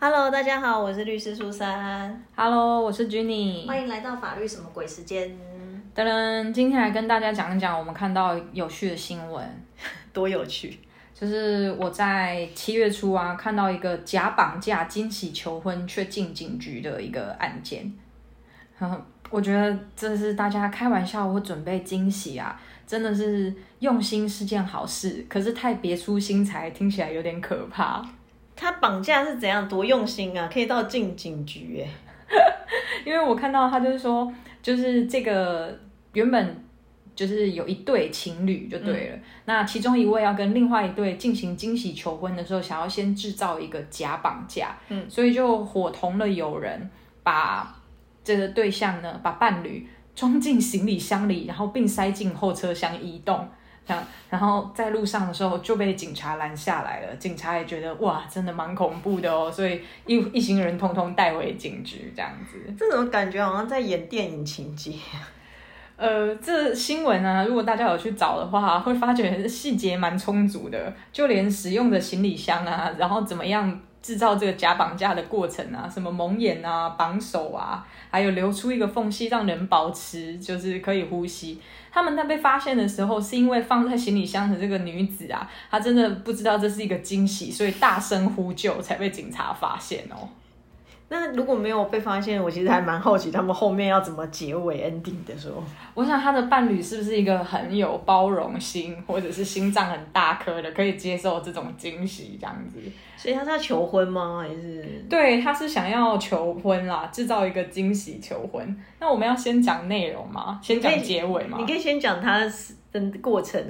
Hello， 大家好，我是律师苏珊。 Hello， 我是 Jenny， 欢迎来到法律什么鬼时间。 噔噔，今天来跟大家讲一讲我们看到有趣的新闻。 多有趣！ 就是我在7月初看到一个假绑架惊喜求婚却进警局的一个案件。我觉得这是大家开玩笑或准备惊喜真的是用心是件好事，可是太别出心裁，听起来有点可怕。 他绑架是怎样多用心可以到进警局耶。 因为我看到他就是说，就是这个原本就是有一对情侣就对了，那其中一位要跟另外一对进行惊喜求婚的时候，想要先制造一个假绑架，所以就伙同了友人把这个对象呢，把伴侣装进行李箱里，然后并塞进后车厢移动。然后在路上的时候就被警察拦下来了，警察也觉得哇，真的蛮恐怖的哦，所以一行人通通带回警局这样子。 这种感觉好像在演电影情节。 这新闻如果大家有去找的话，会发觉细节蛮充足的，就连使用的行李箱然后怎么样制造这个假绑架的过程什么蒙眼绑手还有留出一个缝隙让人保持就是可以呼吸。他们在被发现的时候，是因为放在行李箱的这个女子她真的不知道这是一个惊喜，所以大声呼救才被警察发现哦。 那如果没有被发现，我其实还蛮好奇他们后面要怎么结尾 ending 的时候。 我想他的伴侣是不是一个很有包容心，或者是心脏很大颗的，可以接受这种惊喜这样子。 所以他是要求婚吗？还是？ 对，他是想要求婚啦，制造一个惊喜求婚。那我们要先讲内容吗？先讲结尾吗？ 你可以先讲他的过程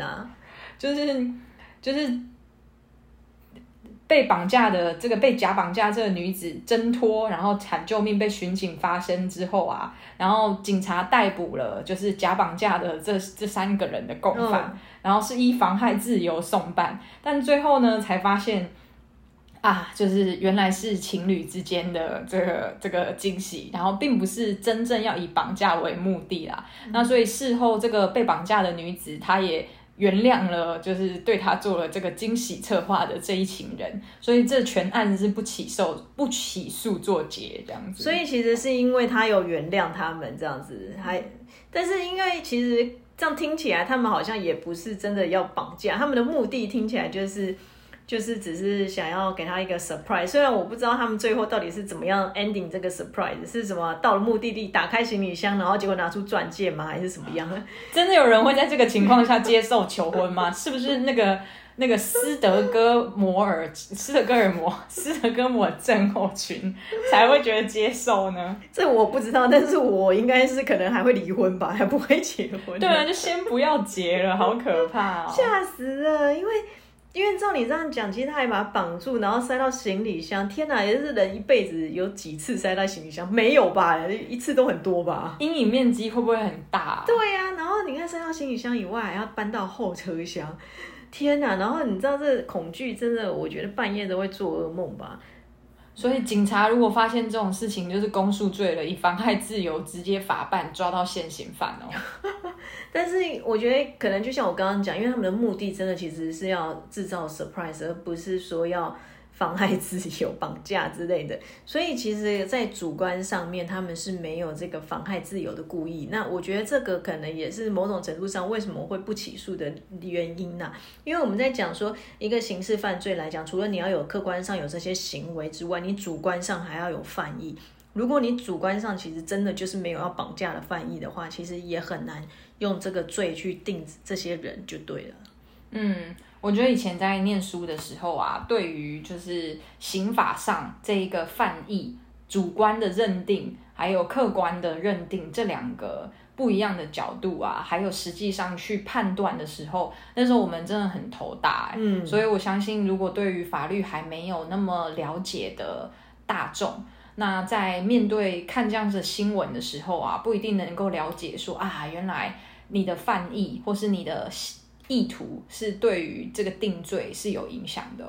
就是被绑架的这个被假绑架这个女子挣脱，然后喊救命被巡警发现之后然后警察逮捕了就是假绑架的这3个人的共犯，然后是依妨害自由送办，但最后呢才发现就是原来是情侣之间的这个惊喜，然后并不是真正要以绑架为目的啦。那所以事后这个被绑架的女子她也原谅了就是对他做了这个惊喜策划的这一群人，所以这全案是不起诉作结这样子。 所以其实是因为他有原谅他们这样子，但是因为其实这样听起来他们好像也不是真的要绑架，他们的目的听起来就是只是想要给他一个 surprise， 虽然我不知道他们最后到底是怎么样 ending 这个 surprise， 是什么到了目的地打开行李箱，然后结果拿出钻戒吗？还是什么样？ 真的有人会在这个情况下接受求婚吗？是不是那个斯德哥尔摩症候群才会觉得接受呢？ 这我不知道，但是我应该是可能还会离婚吧，还不会结婚。 对就先不要结了，好可怕哦！ 吓死了，因为照你这样讲，其实他还把他绑住，然后塞到行李箱。天哪，也是人一辈子有几次塞到行李箱？没有吧，一次都很多吧？ 阴影面积会不会很大？ 对然后你看塞到行李箱以外，还要搬到后车厢。天哪，然后你知道这恐惧真的，我觉得半夜都会做噩梦吧。 所以警察如果发现这种事情，就是公诉罪了，以妨害自由直接法办，抓到现行犯哦。 但是我觉得可能就像我刚刚讲，因为他们的目的真的其实是要制造 surprise， 而不是说要妨害自由、绑架之类的。所以其实在主观上面他们是没有这个妨害自由的故意。那我觉得这个可能也是某种程度上为什么会不起诉的原因因为我们在讲说一个刑事犯罪来讲，除了你要有客观上有这些行为之外，你主观上还要有犯意。如果你主观上其实真的就是没有要绑架的犯意的话，其实也很难用这个罪去定这些人就对了。 我觉得以前在念书的时候对于就是刑法上这一个犯意主观的认定还有客观的认定这2个不一样的角度还有实际上去判断的时候，那时候我们真的很头大所以我相信如果对于法律还没有那么了解的大众，那在面对看这样子的新闻的时候不一定能够了解说原来你的犯意或是你的意图是对于这个定罪是有影响的哦。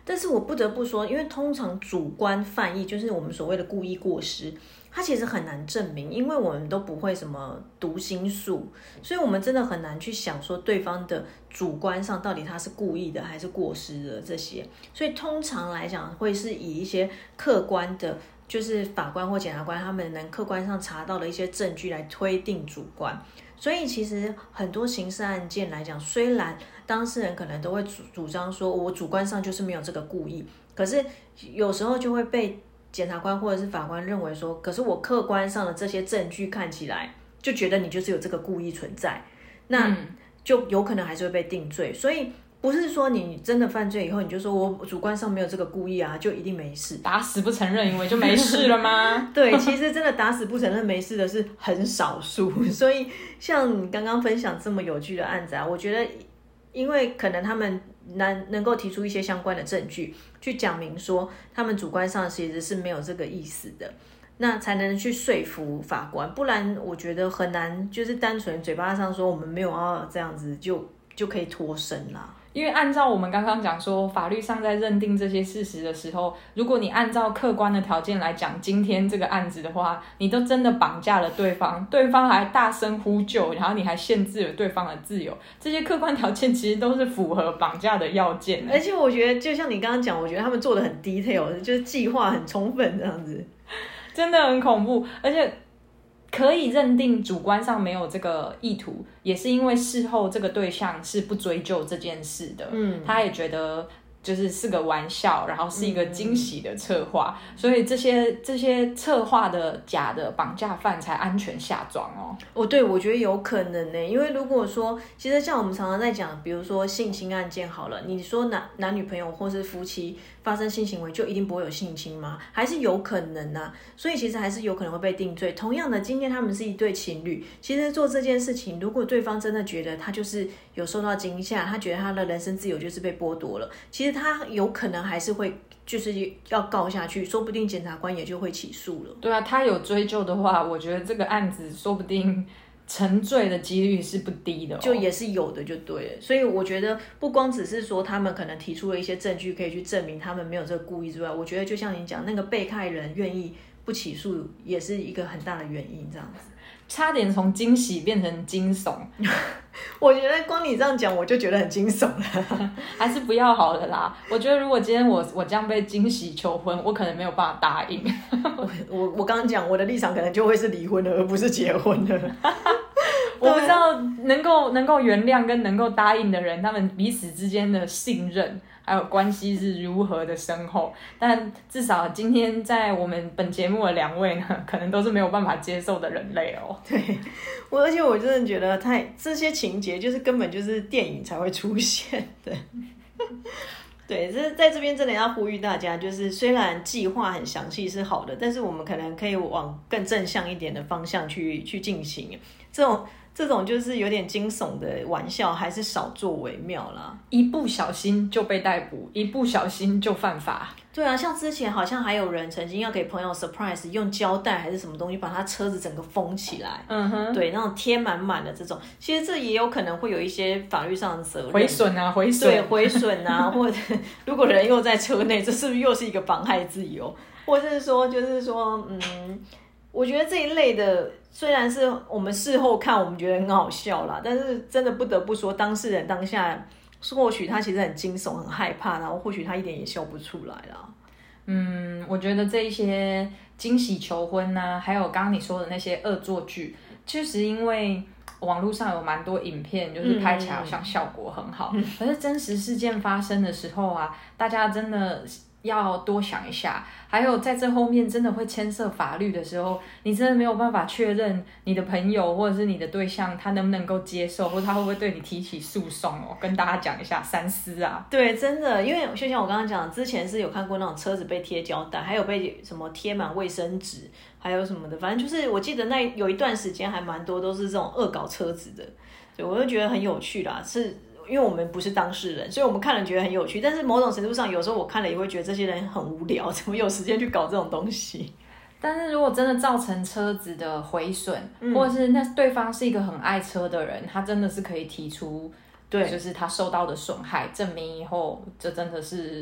但是我不得不说，因为通常主观犯意就是我们所谓的故意过失，它其实很难证明，因为我们都不会什么读心术，所以我们真的很难去想说对方的主观上到底他是故意的还是过失的这些。所以通常来讲会是以一些客观的，就是法官或检察官他们能客观上查到的一些证据来推定主观。所以其实很多刑事案件来讲，虽然当事人可能都会主张说我主观上就是没有这个故意，可是有时候就会被检察官或者是法官认为说，可是我客观上的这些证据看起来就觉得你就是有这个故意存在，那就有可能还是会被定罪。所以不是说你真的犯罪以后你就说我主观上没有这个故意啊，就一定没事， 打死不承认以为就没事了吗？ 对，其实真的打死不承认没事的是很少数。所以像你刚刚分享这么有趣的案子啊，我觉得因为可能他们能够提出一些相关的证据去讲明说他们主观上其实是没有这个意思的，那才能去说服法官，不然我觉得很难就是单纯嘴巴上说我们没有要这样子就可以脱身啦。 因为按照我们刚刚讲说，法律上在认定这些事实的时候，如果你按照客观的条件来讲，今天这个案子的话，你都真的绑架了对方，对方还大声呼救，然后你还限制了对方的自由，这些客观条件其实都是符合绑架的要件。 而且我觉得就像你刚刚讲，我觉得他们做的很 detail， 就是计划很充分这样子， 真的很恐怖。而且可以认定主观上没有这个意图，也是因为事后这个对象是不追究这件事的，他也觉得是个玩笑，然后是一个惊喜的策划，所以这些策划的假的绑架犯才安全下庄哦。 对，我觉得有可能呢，因为如果说其实像我们常常在讲，比如说性侵案件好了，你说男女朋友或是夫妻发生性行为就一定不会有性侵吗？还是有可能啊，所以其实还是有可能会被定罪。同样的，今天他们是一对情侣，其实做这件事情，如果对方真的觉得他就是有受到惊吓，他觉得他的人身自由就是被剥夺了，其实他有可能还是会就是要告下去，说不定检察官也就会起诉了。 对啊，他有追究的话，我觉得这个案子说不定成罪的几率是不低的就也是有的就对了。所以我觉得不光只是说他们可能提出了一些证据可以去证明他们没有这个故意之外，我觉得就像你讲那个被害人愿意不起诉也是一个很大的原因这样子。 差点从惊喜变成惊悚我觉得光你这样讲我就觉得很惊悚了还是不要好了啦。我觉得如果今天我这样被惊喜求婚，我可能没有办法答应我刚刚讲我的立场可能就会是离婚了而不是结婚了我不知道能够原谅跟能够答应的人，他们彼此之间的信任还有关系是如何的深厚，但至少今天在我们本节目的两位呢，可能都是没有办法接受的人类哦。 对，而且我真的觉得这些情节就是根本就是电影才会出现的对，在这边真的要呼吁大家，就是虽然计划很详细是好的，但是我们可能可以往更正向一点的方向去进行。这种就是有点惊悚的玩笑，还是少做为妙啦。 一不小心就被逮捕，一不小心就犯法。 对啊，像之前好像还有人曾经要给朋友 surprise， 用胶带还是什么东西把他车子整个封起来。对，那种贴满满的这种，其实这也有可能会有一些法律上的责任。 毁损啊，毁损。 对，毁损啊，或者如果人又在车内，这是不是又是一个妨害自由？或者是说，我觉得这一类的，虽然是我们事后看我们觉得很好笑啦，但是真的不得不说，当事人当下或许他其实很惊悚、很害怕，然后或许他一点也笑不出来啦。 我觉得这一些惊喜求婚啊，还有刚刚你说的那些恶作剧，确实因为网络上有蛮多影片，就是拍起来好像效果很好，可是真实事件发生的时候啊，大家真的要多想一下，还有在这后面真的会牵涉法律的时候，你真的没有办法确认你的朋友或者是你的对象他能不能够接受，或者他会不会对你提起诉讼哦。跟大家讲一下，三思啊。 对，真的，因为就像我刚刚讲，之前是有看过那种车子被贴胶带，还有被什么贴满卫生纸，还有什么的，反正就是我记得那有一段时间还蛮多都是这种恶搞车子的，对，我就觉得很有趣啦，是。因为我们不是当事人，所以我们看了觉得很有趣，但是某种程度上有时候我看了也会觉得这些人很无聊，怎么有时间去搞这种东西。 但是如果真的造成车子的毁损，或者是那对方是一个很爱车的人，他真的是可以提出，对，就是他受到的损害证明以后，这真的是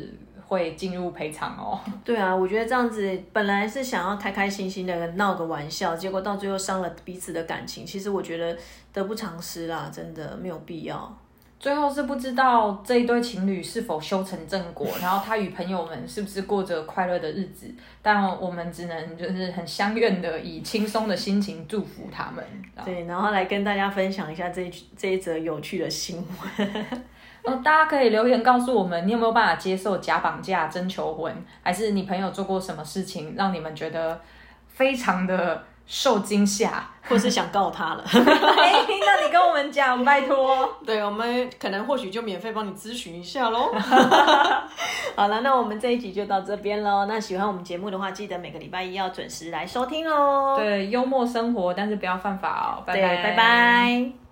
会进入赔偿哦。 对啊，我觉得这样子本来是想要开开心心的闹个玩笑，结果到最后伤了彼此的感情，其实我觉得得不偿失啦，真的没有必要。 最后是不知道这一对情侣是否修成正果，然后他与朋友们是不是过着快乐的日子，但我们只能就是很相愿的以轻松的心情祝福他们。 对，然后来跟大家分享一下这一则有趣的新闻。 大家可以留言告诉我们，你有没有办法接受假绑架、真求婚，还是你朋友做过什么事情让你们觉得非常的受惊吓， 或是想告他了？ 那你跟我们讲，拜托。 对，我们可能或许就免费帮你咨询一下咯。好了，那我们这一集就到这边咯。那喜欢我们节目的话，记得每个礼拜一要准时来收听咯。 对，幽默生活，但是不要犯法哦。拜拜， 拜拜。